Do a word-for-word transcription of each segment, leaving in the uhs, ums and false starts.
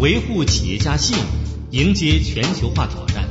维护企业家信誉，迎接全球化挑战。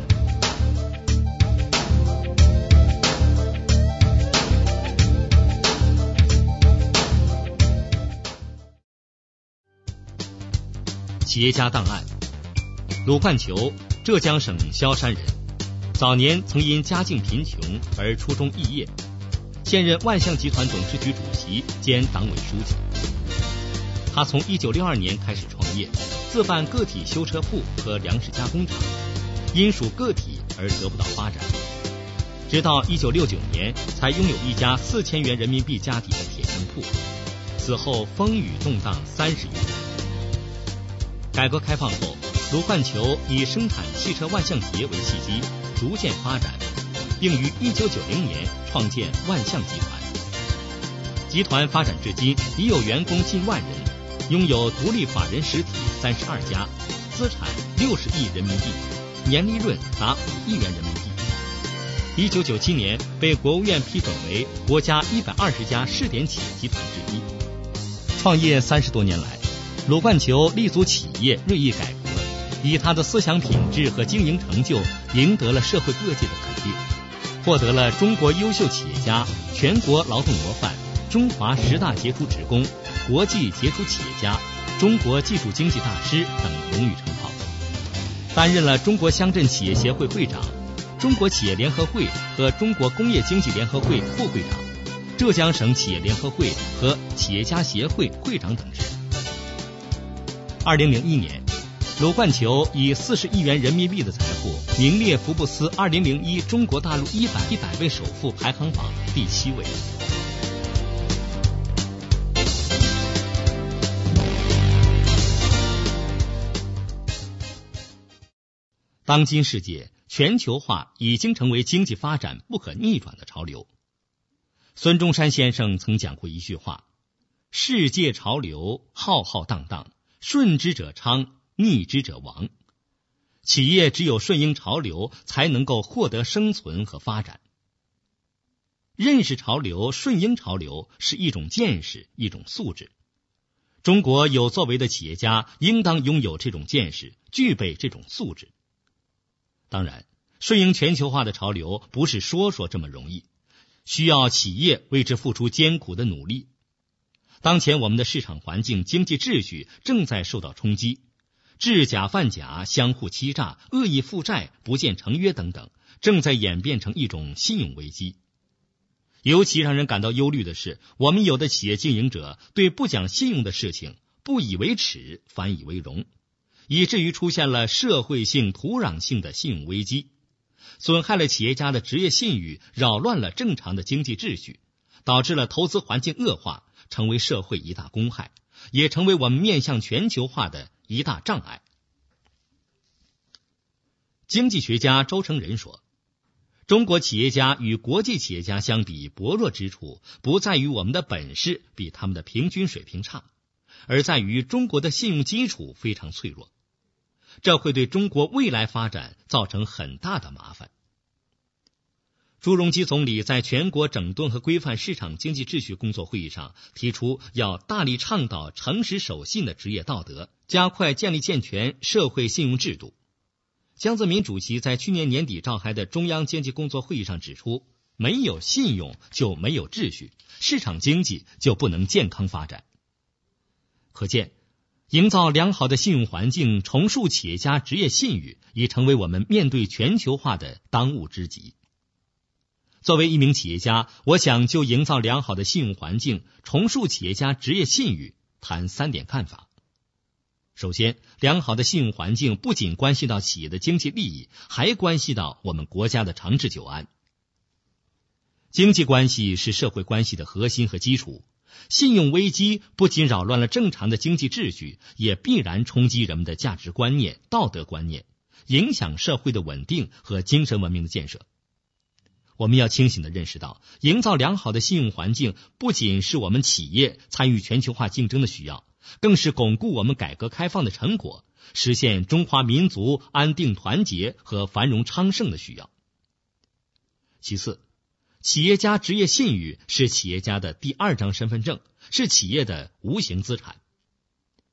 企业家档案：鲁冠球，浙江省萧山人，早年曾因家境贫穷而初中肄业，现任万象集团董事局主席兼党委书记。他从一九六二年开始创业，自办个体修车铺和粮食加工厂，因属个体而得不到发展，直到一九六九年才拥有一家四千元人民币家底的铁匠铺，此后风雨动荡三十余年。改革开放后，鲁冠球以生产汽车万象节为契机，逐渐发展，并于一九九零年创建万象集团。集团发展至今，已有员工近万人，拥有独立法人实体三十二家，资产六十亿人民币，年利润达五亿元人民币。一九九七年被国务院批准为国家一百二十家试点企业集团之一。创业三十多年来，鲁冠球立足企业锐意改革，以他的思想品质和经营成就赢得了社会各界的肯定，获得了中国优秀企业家、全国劳动模范、中华十大杰出职工、国际杰出企业家、中国技术经济大师等荣誉称号，担任了中国乡镇企业协会会长、中国企业联合会和中国工业经济联合会副会长、浙江省企业联合会和企业家协会会长等职。二零零一年，鲁冠球以四十亿元人民币的财富，名列福布斯二零零一中国大陆一百一百位首富排行榜第七位。当今世界，全球化已经成为经济发展不可逆转的潮流。孙中山先生曾讲过一句话：世界潮流浩浩荡荡，顺之者昌，逆之者亡。企业只有顺应潮流，才能够获得生存和发展。认识潮流，顺应潮流是一种见识，一种素质。中国有作为的企业家应当拥有这种见识，具备这种素质。当然，顺应全球化的潮流不是说说这么容易，需要企业为之付出艰苦的努力。当前我们的市场环境、经济秩序正在受到冲击，制假贩假、相互欺诈、恶意负债、不见成约等等，正在演变成一种信用危机。尤其让人感到忧虑的是，我们有的企业经营者对不讲信用的事情不以为耻，反以为荣，以至于出现了社会性、土壤性的信用危机，损害了企业家的职业信誉，扰乱了正常的经济秩序，导致了投资环境恶化，成为社会一大公害，也成为我们面向全球化的一大障碍。经济学家周成人说，中国企业家与国际企业家相比，薄弱之处不在于我们的本事比他们的平均水平差，而在于中国的信用基础非常脆弱，这会对中国未来发展造成很大的麻烦。朱镕基总理在全国整顿和规范市场经济秩序工作会议上提出，要大力倡导诚实守信的职业道德，加快建立健全社会信用制度。江泽民主席在去年年底召开的中央经济工作会议上指出，没有信用就没有秩序，市场经济就不能健康发展。可见，营造良好的信用环境，重塑企业家职业信誉，已成为我们面对全球化的当务之急。作为一名企业家，我想就营造良好的信用环境，重塑企业家职业信誉，谈三点看法。首先，良好的信用环境不仅关系到企业的经济利益，还关系到我们国家的长治久安。经济关系是社会关系的核心和基础，信用危机不仅扰乱了正常的经济秩序，也必然冲击人们的价值观念、道德观念，影响社会的稳定和精神文明的建设。我们要清醒地认识到，营造良好的信用环境不仅是我们企业参与全球化竞争的需要，更是巩固我们改革开放的成果，实现中华民族安定团结和繁荣昌盛的需要。其次，企业家职业信誉是企业家的第二张身份证，是企业的无形资产。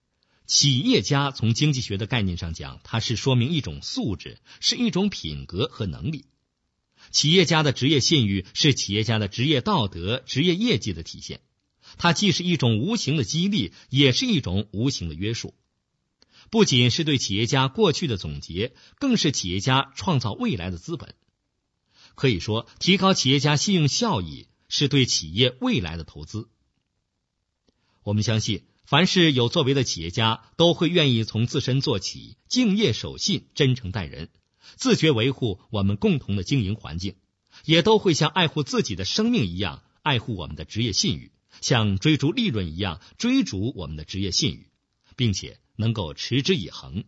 企业家从经济学的概念上讲，它是说明一种素质，是一种品格和能力。企业家的职业信誉是企业家的职业道德、职业业绩的体现，它既是一种无形的激励，也是一种无形的约束。不仅是对企业家过去的总结，更是企业家创造未来的资本。可以说，提高企业家信用效益是对企业未来的投资。我们相信，凡是有作为的企业家都会愿意从自身做起，敬业守信，真诚待人，自觉维护我们共同的经营环境，也都会像爱护自己的生命一样爱护我们的职业信誉，像追逐利润一样追逐我们的职业信誉，并且能够持之以恒。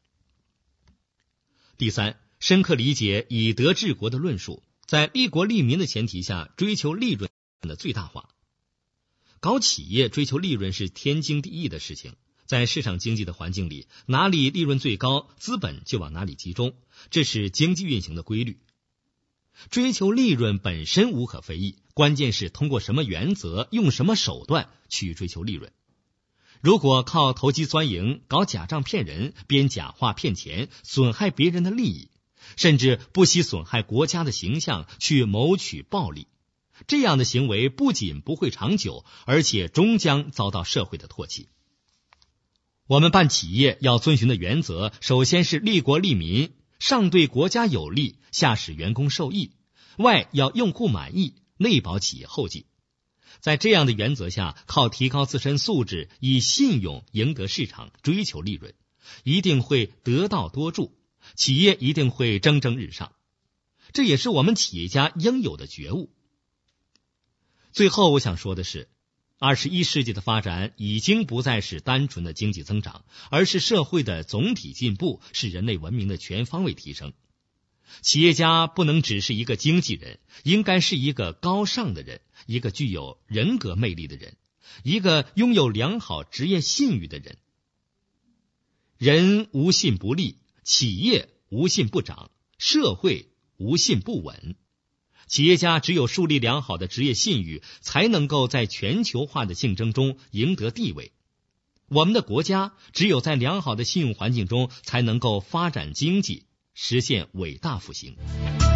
第三，深刻理解以德治国的论述，在利国利民的前提下追求利润的最大化。搞企业追求利润是天经地义的事情，在市场经济的环境里，哪里利润最高，资本就往哪里集中，这是经济运行的规律。追求利润本身无可非议，关键是通过什么原则，用什么手段去追求利润。如果靠投机钻营，搞假账骗人，编假话骗钱，损害别人的利益，甚至不惜损害国家的形象去谋取暴利，这样的行为不仅不会长久，而且终将遭到社会的唾弃。我们办企业要遵循的原则，首先是利国利民，上对国家有利，下使员工受益，外要用户满意，内保企业后继。在这样的原则下，靠提高自身素质，以信用赢得市场，追求利润，一定会得道多助，企业一定会蒸蒸日上。这也是我们企业家应有的觉悟。最后我想说的是，二十一世纪的发展已经不再是单纯的经济增长，而是社会的总体进步，是人类文明的全方位提升。企业家不能只是一个经纪人，应该是一个高尚的人，一个具有人格魅力的人，一个拥有良好职业信誉的人。人无信不立，企业无信不长，社会无信不稳。企业家只有树立良好的职业信誉，才能够在全球化的竞争中赢得地位。我们的国家只有在良好的信用环境中，才能够发展经济，实现伟大复兴。